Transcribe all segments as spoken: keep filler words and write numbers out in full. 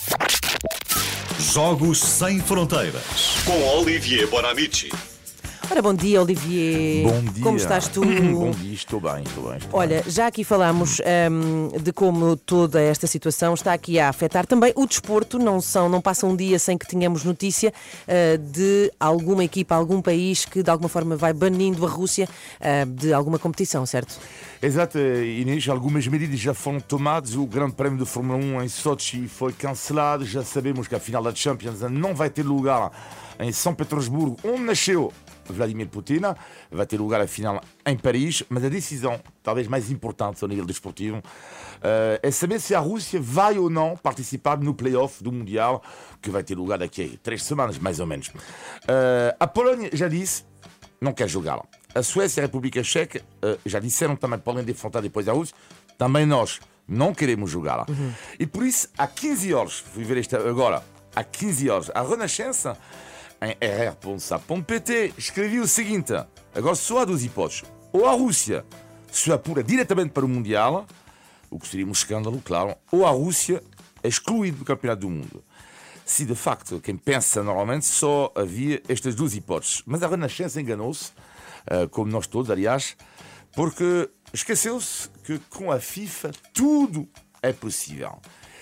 Jogos Sem Fronteiras, com Olivier Bonamici. Ora, bom dia, Olivier. Bom dia. Como estás tu? Bom dia, estou bem, estou bem. Estou Olha, bem. já aqui falámos hum, de como toda esta situação está aqui a afetar também o desporto. Não, são, não passa um dia sem que tenhamos notícia uh, de alguma equipa, algum país que de alguma forma vai banindo a Rússia uh, de alguma competição, certo? Exato, Inês, algumas medidas já foram tomadas. O Grande Prémio de Fórmula um em Sochi foi cancelado. Já sabemos que a final da Champions não vai ter lugar em São Petersburgo, onde nasceu Vladimir Putin. Vai ter lugar a final em Paris, mas a decisão talvez mais importante ao nível desportivo uh, é saber se a Rússia vai ou não participar no play-off do Mundial, que vai ter lugar daqui a três semanas, mais ou menos. Uh, a Polónia já disse, não quer jogar. A Suécia e a República Checa uh, já disseram também que podem defrontar depois a Rússia. Também nós não queremos jogar. Uhum. E por isso, há quinze horas, fui ver isto agora, há quinze horas, a Renascença, em r r ponto s a p ponto p t, escrevi o seguinte: agora só há duas hipóteses. Ou a Rússia se apura diretamente para o Mundial, o que seria um escândalo, claro, ou a Rússia é excluída do Campeonato do Mundo. Se de facto quem pensa normalmente só havia estas duas hipóteses. Mas a Renascença enganou-se, como nós todos, aliás, porque esqueceu-se que com a FIFA tudo é possível.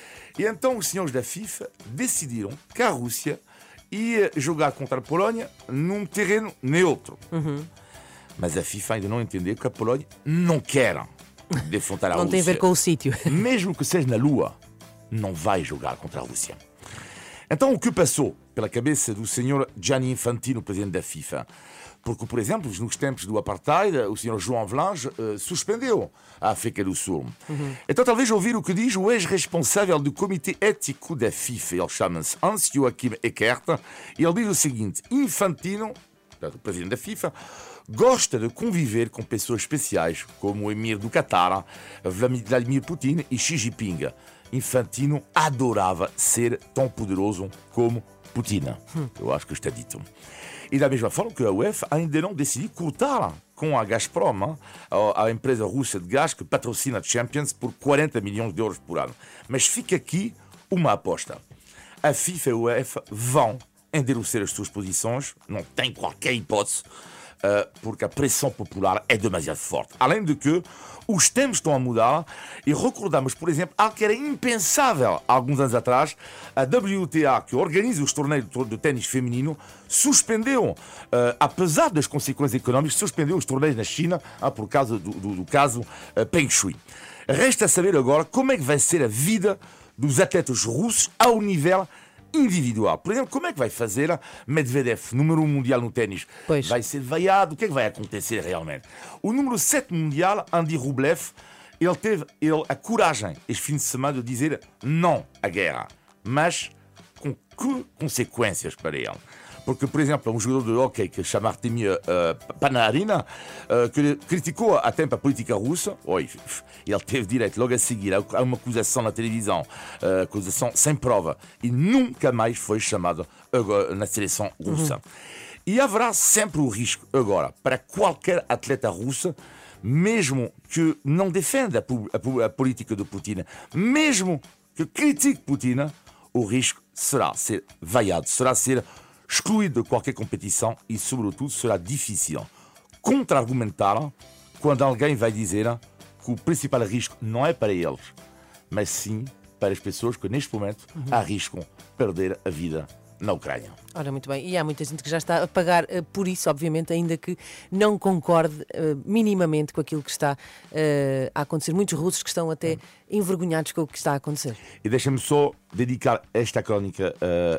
E então os senhores da FIFA decidiram que a Rússia ia jogar contra a Polónia num terreno neutro. Uhum. Mas a FIFA ainda não entendeu que a Polónia não quer defrontar a não Rússia. Não tem a ver com o sítio. Mesmo que seja na Lua, não vai jogar contra a Rússia. Então o que passou pela cabeça do senhor Gianni Infantino, presidente da FIFA? Porque, por exemplo, nos tempos do apartheid, o senhor João Vlange uh, suspendeu a África do Sul. Uhum. Então, talvez ouvir o que diz o ex-responsável do Comitê Ético da FIFA. Ele chama-se Hans-Joachim Eckert. E ele diz o seguinte: Infantino, o presidente da FIFA, gosta de conviver com pessoas especiais, como o emir do Qatar, Vladimir Putin e Xi Jinping. Infantino adorava ser tão poderoso como Putin. Hum. Eu acho que está dito. E da mesma forma que a UEFA ainda não decidiu cortar com a Gazprom, a empresa russa de gás que patrocina a Champions por quarenta milhões de euros por ano. Mas fica aqui uma aposta. A FIFA e a UEFA vão endurecer as suas posições, não tem qualquer hipótese, porque a pressão popular é demasiado forte. Além de que os tempos estão a mudar e recordamos, por exemplo, algo que era impensável há alguns anos atrás. A W T A, que organiza os torneios de ténis feminino, suspendeu, uh, apesar das consequências económicas, suspendeu os torneios na China uh, por causa do, do, do caso uh, Peng Shui. Resta saber agora como é que vai ser a vida dos atletas russos ao nível individual. Por exemplo, como é que vai fazer Medvedev, número um mundial no ténis? Pois. Vai ser vaiado? O que é que vai acontecer realmente? O número sete mundial, Andy Rublev, ele teve ele, a coragem, este fim de semana, de dizer não à guerra. Mas com que consequências para ele? Porque, por exemplo, um jogador de hockey que se chama Artemio uh, Panarin, uh, que criticou a tempo a política russa, oi, ele teve direito logo a seguir a uma acusação na televisão, uh, acusação sem prova, e nunca mais foi chamado uh, na seleção russa. Uhum. E haverá sempre o risco, agora, para qualquer atleta russo, mesmo que não defenda a, a, a política de Putin, mesmo que critique Putin, o risco será ser vaiado, será ser excluído de qualquer competição e, sobretudo, será difícil contra-argumentar quando alguém vai dizer que o principal risco não é para eles, mas sim para as pessoas que, neste momento, uhum. arriscam perder a vida na Ucrânia. Ora, muito bem. E há muita gente que já está a pagar uh, por isso, obviamente, ainda que não concorde uh, minimamente com aquilo que está uh, a acontecer. Muitos russos que estão até envergonhados com o que está a acontecer. E deixa-me só dedicar esta crónica,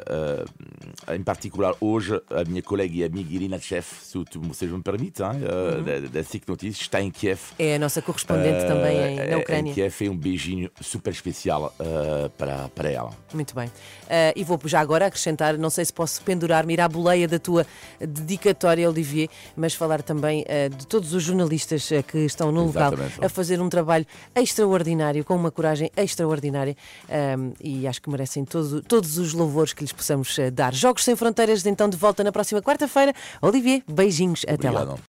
uh, uh, em particular hoje, à minha colega e amiga Irina Tchev, se vocês me permitem, uh, uhum. da, da S I C Notícias, está em Kiev. É a nossa correspondente uh, também em, na Ucrânia. Em Kiev, é um beijinho super especial uh, para, para ela. Muito bem. Uh, e vou já agora acrescentar, não sei se posso pendurar-me, ir à boleia da tua dedicatória, Olivier, mas falar também uh, de todos os jornalistas uh, que estão no Exatamente. Local a fazer um trabalho extraordinário, com uma coragem extraordinária, um, e acho que merecem todo, todos os louvores que lhes possamos uh, dar. Jogos Sem Fronteiras, então, de volta na próxima quarta-feira. Olivier, beijinhos. Obrigado. Até lá.